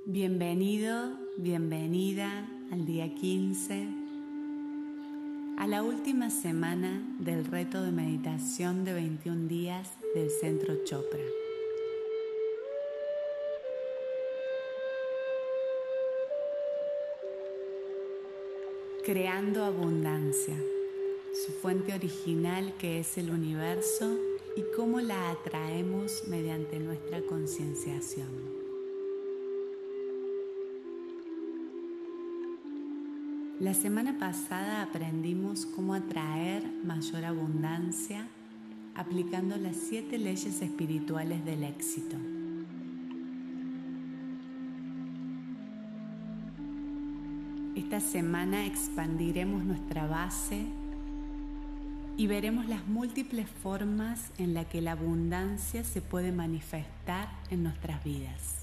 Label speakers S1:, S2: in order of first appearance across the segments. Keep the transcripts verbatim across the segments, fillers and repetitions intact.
S1: Bienvenido, bienvenida al día quince, a la última semana del reto de meditación de veintiún días del Centro Chopra. Creando abundancia, su fuente original que es el universo y cómo la atraemos mediante nuestra concienciación. La semana pasada aprendimos cómo atraer mayor abundancia aplicando las siete leyes espirituales del éxito. Esta semana expandiremos nuestra base y veremos las múltiples formas en las que la abundancia se puede manifestar en nuestras vidas.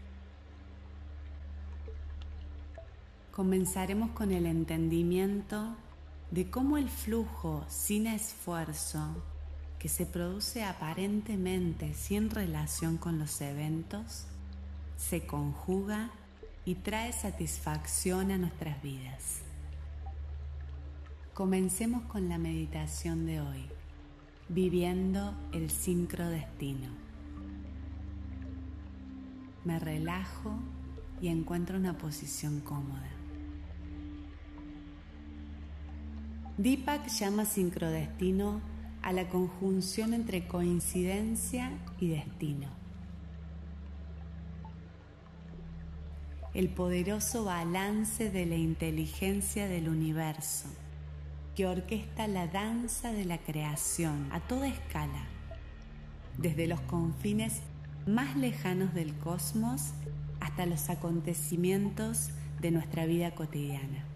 S1: Comenzaremos con el entendimiento de cómo el flujo sin esfuerzo, que se produce aparentemente sin relación con los eventos, se conjuga y trae satisfacción a nuestras vidas. Comencemos con la meditación de hoy, viviendo el sincrodestino. Me relajo y encuentro una posición cómoda. Deepak llama sincrodestino a la conjunción entre coincidencia y destino. El poderoso balance de la inteligencia del universo que orquesta la danza de la creación a toda escala, desde los confines más lejanos del cosmos hasta los acontecimientos de nuestra vida cotidiana.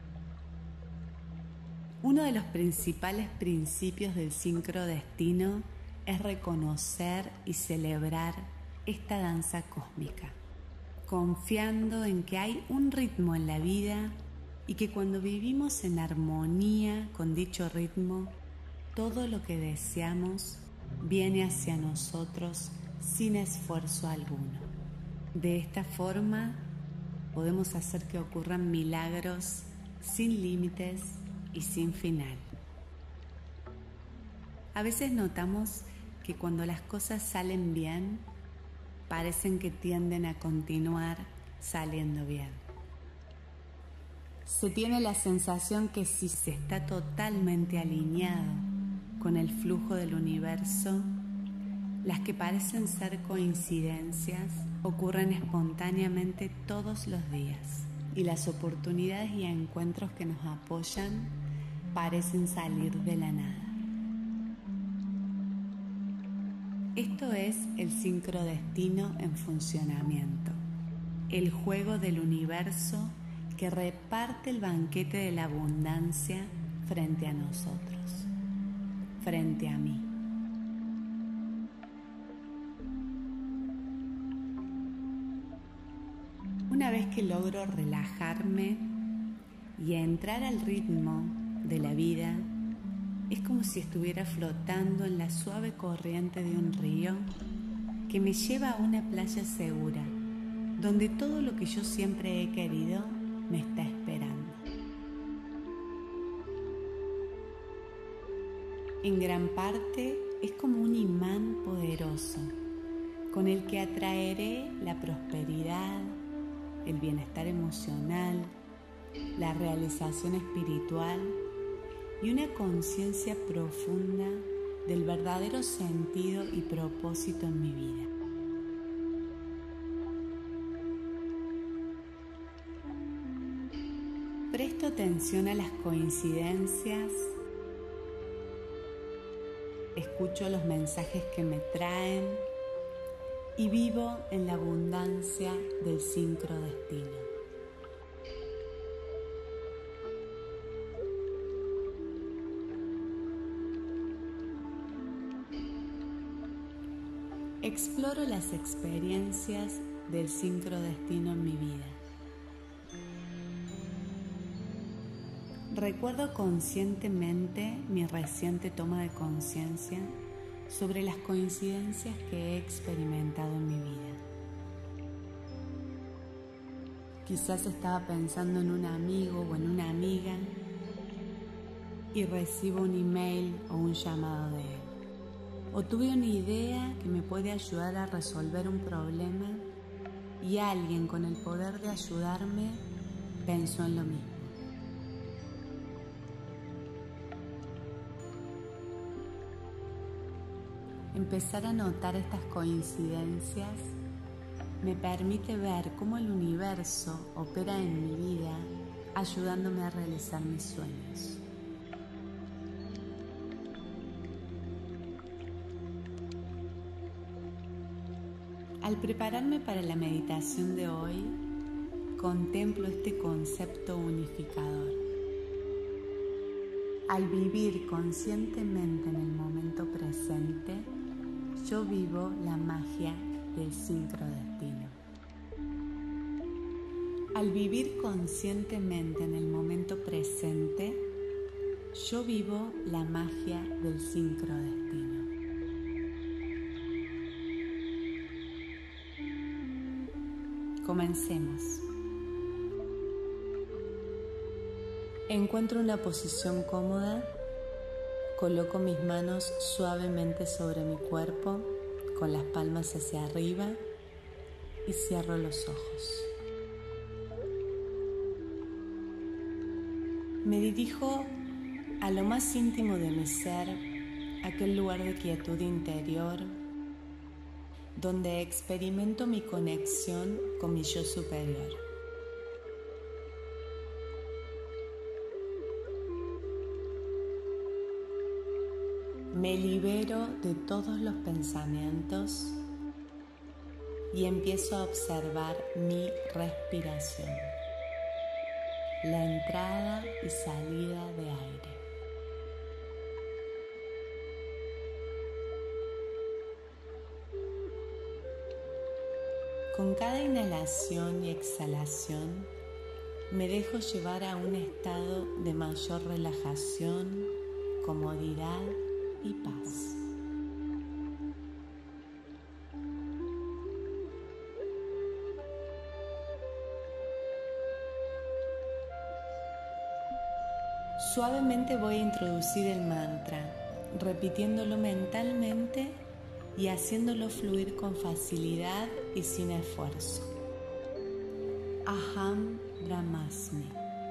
S1: Uno de los principales principios del sincrodestino es reconocer y celebrar esta danza cósmica, confiando en que hay un ritmo en la vida y que cuando vivimos en armonía con dicho ritmo, todo lo que deseamos viene hacia nosotros sin esfuerzo alguno. De esta forma, podemos hacer que ocurran milagros sin límites y sin final. A veces notamos que cuando las cosas salen bien, parecen que tienden a continuar saliendo bien. Se tiene la sensación que si se está totalmente alineado con el flujo del universo, las que parecen ser coincidencias ocurren espontáneamente todos los días y las oportunidades y encuentros que nos apoyan parecen salir de la nada. Esto es el sincrodestino en funcionamiento, el juego del universo que reparte el banquete de la abundancia frente a nosotros, frente a mí. Una vez que logro relajarme y entrar al ritmo de la vida, es como si estuviera flotando en la suave corriente de un río que me lleva a una playa segura, donde todo lo que yo siempre he querido me está esperando. En gran parte es como un imán poderoso con el que atraeré la prosperidad, el bienestar emocional, la realización espiritual y una conciencia profunda del verdadero sentido y propósito en mi vida. Presto atención a las coincidencias, escucho los mensajes que me traen y vivo en la abundancia del sincrodestino. Exploro las experiencias del sincrodestino en mi vida. Recuerdo conscientemente mi reciente toma de conciencia sobre las coincidencias que he experimentado en mi vida. Quizás estaba pensando en un amigo o en una amiga y recibo un email o un llamado de él. O tuve una idea que me puede ayudar a resolver un problema y alguien con el poder de ayudarme pensó en lo mismo. Empezar a notar estas coincidencias me permite ver cómo el universo opera en mi vida, ayudándome a realizar mis sueños. Al prepararme para la meditación de hoy, contemplo este concepto unificador. Al vivir conscientemente en el momento presente, yo vivo la magia del sincrodestino. Al vivir conscientemente en el momento presente, yo vivo la magia del sincrodestino. Comencemos. Encuentro una posición cómoda, coloco mis manos suavemente sobre mi cuerpo, con las palmas hacia arriba y cierro los ojos. Me dirijo a lo más íntimo de mi ser, aquel lugar de quietud interior, donde experimento mi conexión con mi yo superior. Me libero de todos los pensamientos y empiezo a observar mi respiración, la entrada y salida de aire. Con cada inhalación y exhalación me dejo llevar a un estado de mayor relajación, comodidad y paz. Suavemente voy a introducir el mantra, repitiéndolo mentalmente y haciéndolo fluir con facilidad y sin esfuerzo. Aham Brahmasmi.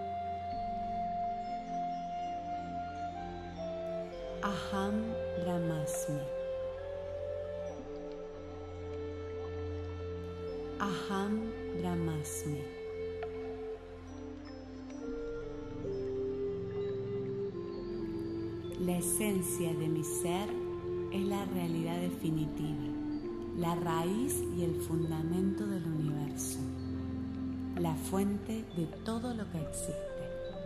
S1: Aham Brahmasmi. Aham Brahmasmi. La esencia de mi ser es la realidad definitiva, la raíz y el fundamento del universo, la fuente de todo lo que existe.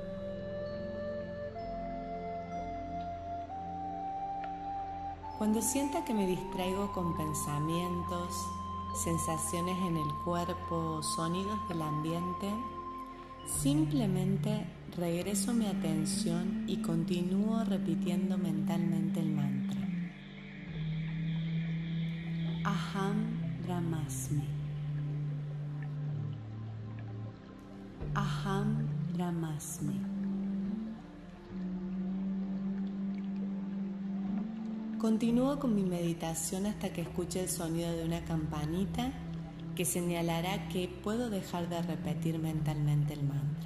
S1: Cuando sienta que me distraigo con pensamientos, sensaciones en el cuerpo, sonidos del ambiente, simplemente regreso mi atención y continúo repitiendo mentalmente el mantra. Aham Brahmasmi. Aham Brahmasmi. Continúo con mi meditación hasta que escuche el sonido de una campanita que señalará que puedo dejar de repetir mentalmente el mantra.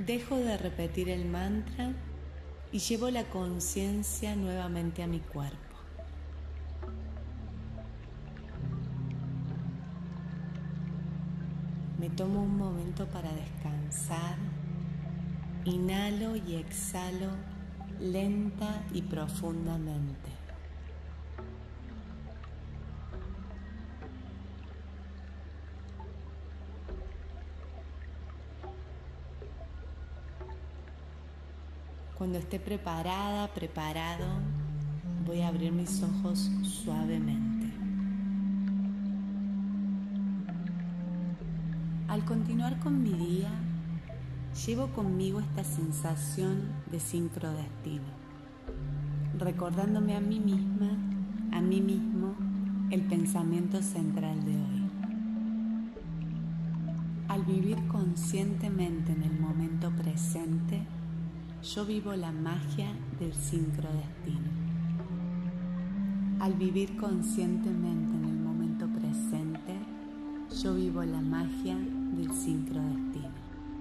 S1: Dejo de repetir el mantra y llevo la conciencia nuevamente a mi cuerpo. Me tomo un momento para descansar. Inhalo y exhalo lenta y profundamente. Cuando esté preparada, preparado, voy a abrir mis ojos suavemente. Al continuar con mi día, llevo conmigo esta sensación de sincrodestino, recordándome a mí misma, a mí mismo, el pensamiento central de hoy. Al vivir conscientemente en el momento presente, yo vivo la magia del sincrodestino. Al vivir conscientemente en el momento presente, yo vivo la magia del sincrodestino.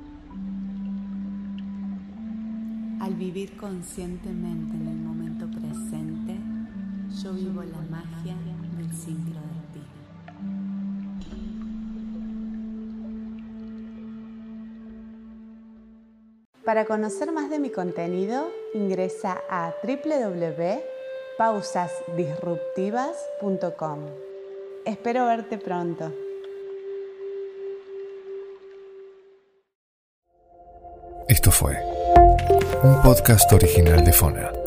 S1: Al vivir conscientemente en el momento presente, yo vivo la magia del sincrodestino. Para conocer más de mi contenido, ingresa a doble u doble u doble u punto pausas disruptivas punto com. Espero verte pronto.
S2: Esto fue un podcast original de Fona.